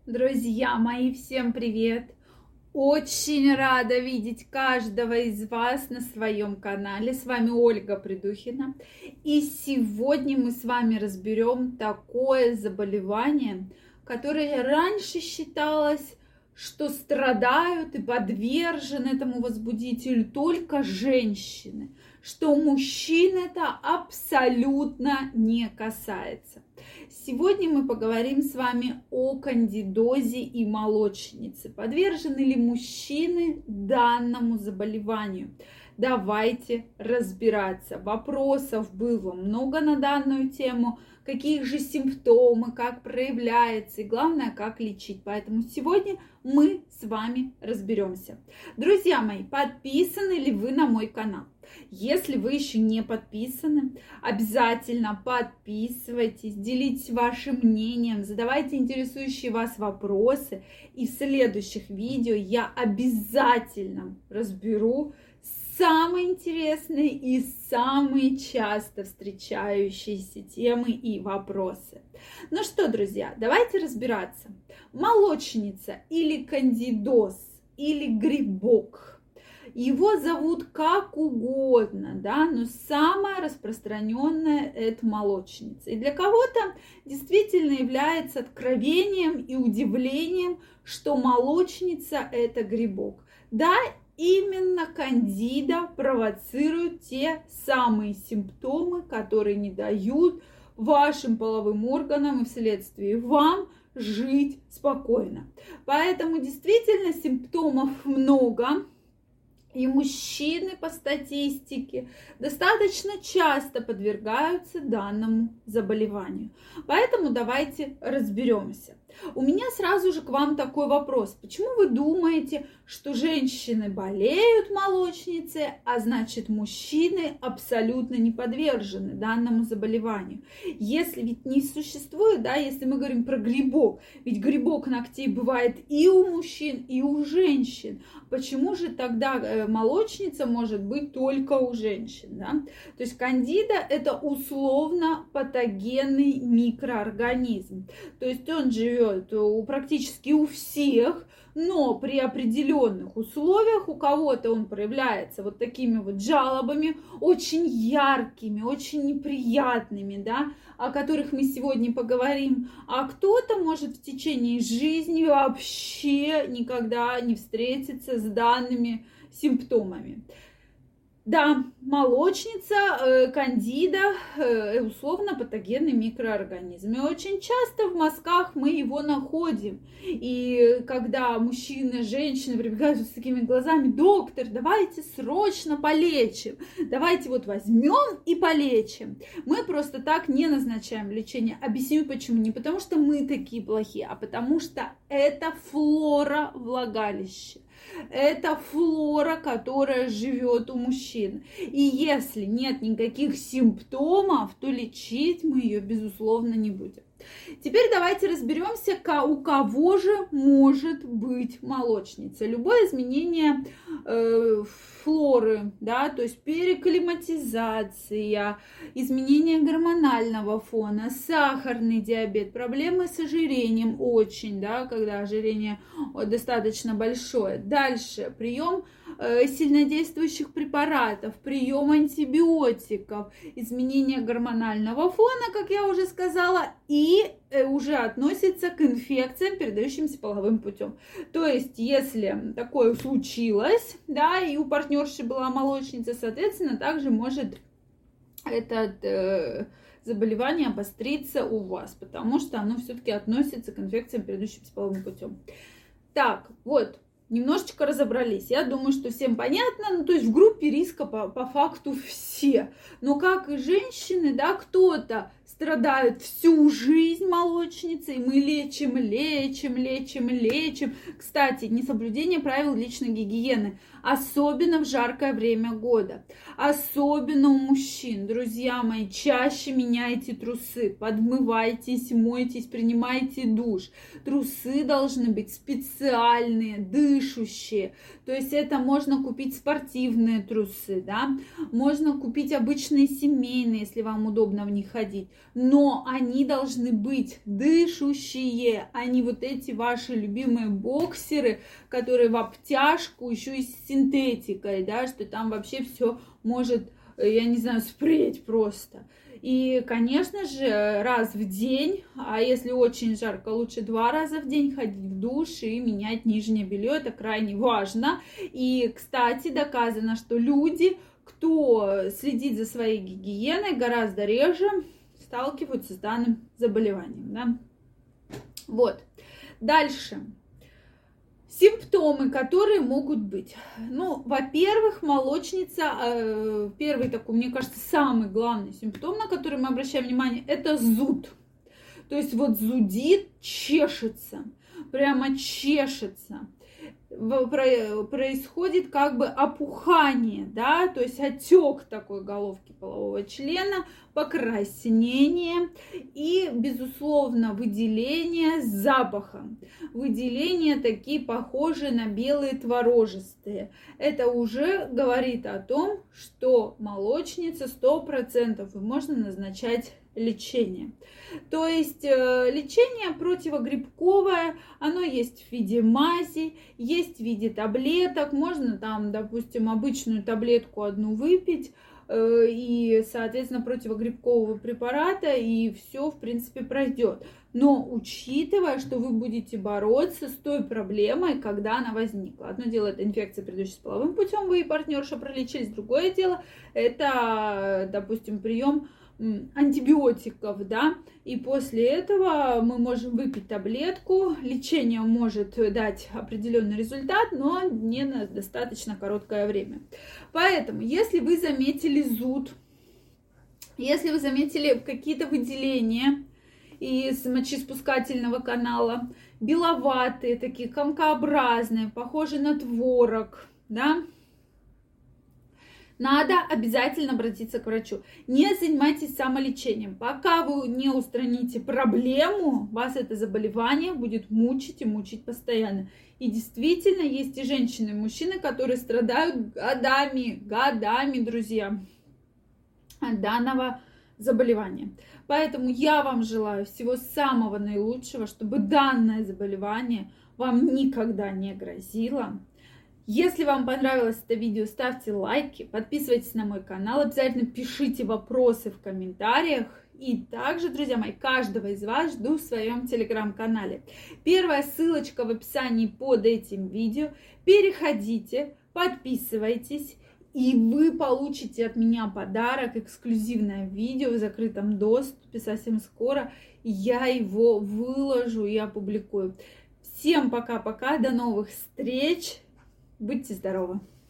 Друзья мои, всем привет! Очень рада видеть каждого из вас на своем канале. С вами Ольга Придухина. И сегодня мы с вами разберем такое заболевание, которое раньше считалось, что страдают и подвержены этому возбудителю только женщины, что мужчин это абсолютно не касается. Сегодня мы поговорим с вами о кандидозе и молочнице. Подвержены ли мужчины данному заболеванию? Давайте разбираться. Вопросов было много на данную тему. Какие же симптомы, как проявляется и главное, как лечить. Поэтому сегодня мы с вами разберемся. Друзья мои, подписаны ли вы на мой канал? Если вы еще не подписаны, обязательно подписывайтесь, делитесь вашим мнением, задавайте интересующие вас вопросы. И в следующих видео я обязательно разберу самые интересные и самые часто встречающиеся темы и вопросы. Ну что, друзья, давайте разбираться. Молочница или кандидоз, или грибок. Его зовут как угодно, да, но самая распространенная это молочница. И для кого-то действительно является откровением и удивлением, что молочница это грибок. Да, именно кандида провоцирует те самые симптомы, которые не дают вашим половым органам и вследствие вам жить спокойно. Поэтому действительно симптомов много. И мужчины по статистике достаточно часто подвергаются данному заболеванию. Поэтому давайте разберемся. У меня сразу же к вам такой вопрос. Почему вы думаете, что женщины болеют молочницей, а значит мужчины абсолютно не подвержены данному заболеванию? Если ведь не существует, да, если мы говорим про грибок, ведь грибок ногтей бывает и у мужчин, и у женщин. Почему же тогда молочница может быть только у женщин? Да? То есть кандида это условно патогенный микроорганизм. То есть он живет практически у всех, но при определенных условиях у кого-то он проявляется вот такими вот жалобами, очень яркими, очень неприятными, да, о которых мы сегодня поговорим, а кто-то может в течение жизни вообще никогда не встретиться с данными симптомами. Да, молочница, кандида, условно патогенный микроорганизм. И очень часто в мазках мы его находим. И когда мужчины, женщины прибегают с такими глазами: доктор, давайте срочно полечим, давайте вот возьмем и полечим. Мы просто так не назначаем лечение. Объясню почему. Не потому что мы такие плохие, а потому что это флора влагалища. Это флора, которая живет у мужчин. И если нет никаких симптомов, то лечить мы ее, безусловно, не будем. Теперь давайте разберемся, у кого же может быть молочница. Любое изменение флоры, да, то есть переклиматизация, изменение гормонального фона, сахарный диабет, проблемы с ожирением очень, да, когда ожирение достаточно большое. Дальше прием сильнодействующих препаратов, прием антибиотиков, изменение гормонального фона, как я уже сказала, и уже относится к инфекциям, передающимся половым путем. То есть, если такое случилось, да, и у партнерши была молочница, соответственно, также может это заболевание обостриться у вас, потому что оно все-таки относится к инфекциям, передающимся половым путем. Так, вот. Немножечко разобрались. Я думаю, что всем понятно. Ну, то есть в группе риска по факту все. Но как и женщины, да, кто-то страдает всю жизнь молочницей. Мы лечим. Кстати, несоблюдение правил личной гигиены. Особенно в жаркое время года. Особенно у мужчин. Друзья мои, чаще меняйте трусы. Подмывайтесь, мойтесь, принимайте душ. Трусы должны быть специальные, дышащие. То есть это можно купить спортивные трусы, да. Можно купить обычные семейные, если вам удобно в них ходить. но они должны быть дышущие, а не вот эти ваши любимые боксеры, которые в обтяжку, еще и с синтетикой, да, что там вообще все может, я не знаю, спреть просто. И, конечно же, раз в день, а если очень жарко, лучше 2 раза в день ходить в душ и менять нижнее белье. Это крайне важно. И, кстати, доказано, что люди, кто следит за своей гигиеной, гораздо реже сталкиваются с данным заболеванием. Да? Вот. Дальше. Симптомы, которые могут быть. Ну, во-первых, молочница, первый такой, мне кажется, самый главный симптом, на который мы обращаем внимание, это зуд. То есть вот зудит, чешется, прямо чешется. Происходит как бы опухание, да, то есть отек такой головки полового члена, покраснение и, безусловно, выделение с запахом. Выделения такие похожие на белые творожистые. Это уже говорит о том, что молочница 100%, и можно назначать лечение. То есть лечение противогрибковое, оно есть в виде мази, есть в виде таблеток. Можно там, допустим, обычную таблетку одну выпить и, соответственно, противогрибкового препарата, и все, в принципе, пройдет. Но учитывая, что вы будете бороться с той проблемой, когда она возникла. Одно дело, это инфекция, предыдущая с половым путем, вы и партнерша пролечились. Другое дело, это, допустим, прием антибиотиков, да, и после этого мы можем выпить таблетку, лечение может дать определенный результат, но не на достаточно короткое время. Поэтому, если вы заметили зуд, если вы заметили какие-то выделения из мочеиспускательного канала, беловатые, такие комкообразные, похожие на творог, да, надо обязательно обратиться к врачу. Не занимайтесь самолечением. Пока вы не устраните проблему, вас это заболевание будет мучить и мучить постоянно. И действительно, есть и женщины, и мужчины, которые страдают годами, друзья, от данного заболевания. Поэтому я вам желаю всего самого наилучшего, чтобы данное заболевание вам никогда не грозило. Если вам понравилось это видео, ставьте лайки, подписывайтесь на мой канал, обязательно пишите вопросы в комментариях. И также, друзья мои, каждого из вас жду в своем телеграм-канале. Первая ссылочка в описании под этим видео. Переходите, подписывайтесь, и вы получите от меня подарок, эксклюзивное видео в закрытом доступе совсем скоро. Я его выложу и опубликую. Всем пока-пока, до новых встреч! Будьте здоровы!